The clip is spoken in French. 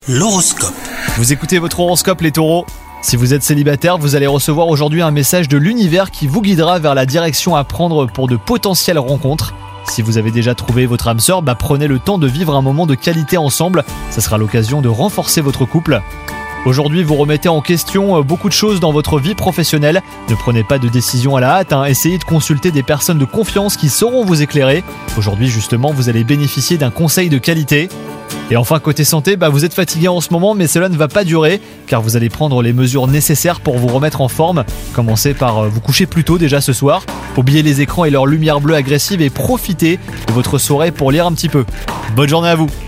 L'horoscope. Vous écoutez votre horoscope les taureaux. Si vous êtes célibataire, vous allez recevoir aujourd'hui un message de l'univers qui vous guidera vers la direction à prendre pour de potentielles rencontres. Si vous avez déjà trouvé votre âme sœur, prenez le temps de vivre un moment de qualité ensemble. Ça sera l'occasion de renforcer votre couple. Aujourd'hui, vous remettez en question beaucoup de choses dans votre vie professionnelle. Ne prenez pas de décision à la hâte, essayez de consulter des personnes de confiance qui sauront vous éclairer. Aujourd'hui, justement, vous allez bénéficier d'un conseil de qualité. Et enfin, côté santé, vous êtes fatigué en ce moment, mais cela ne va pas durer, car vous allez prendre les mesures nécessaires pour vous remettre en forme. Commencez par vous coucher plus tôt déjà ce soir. Oubliez les écrans et leur lumière bleue agressive et profitez de votre soirée pour lire un petit peu. Bonne journée à vous!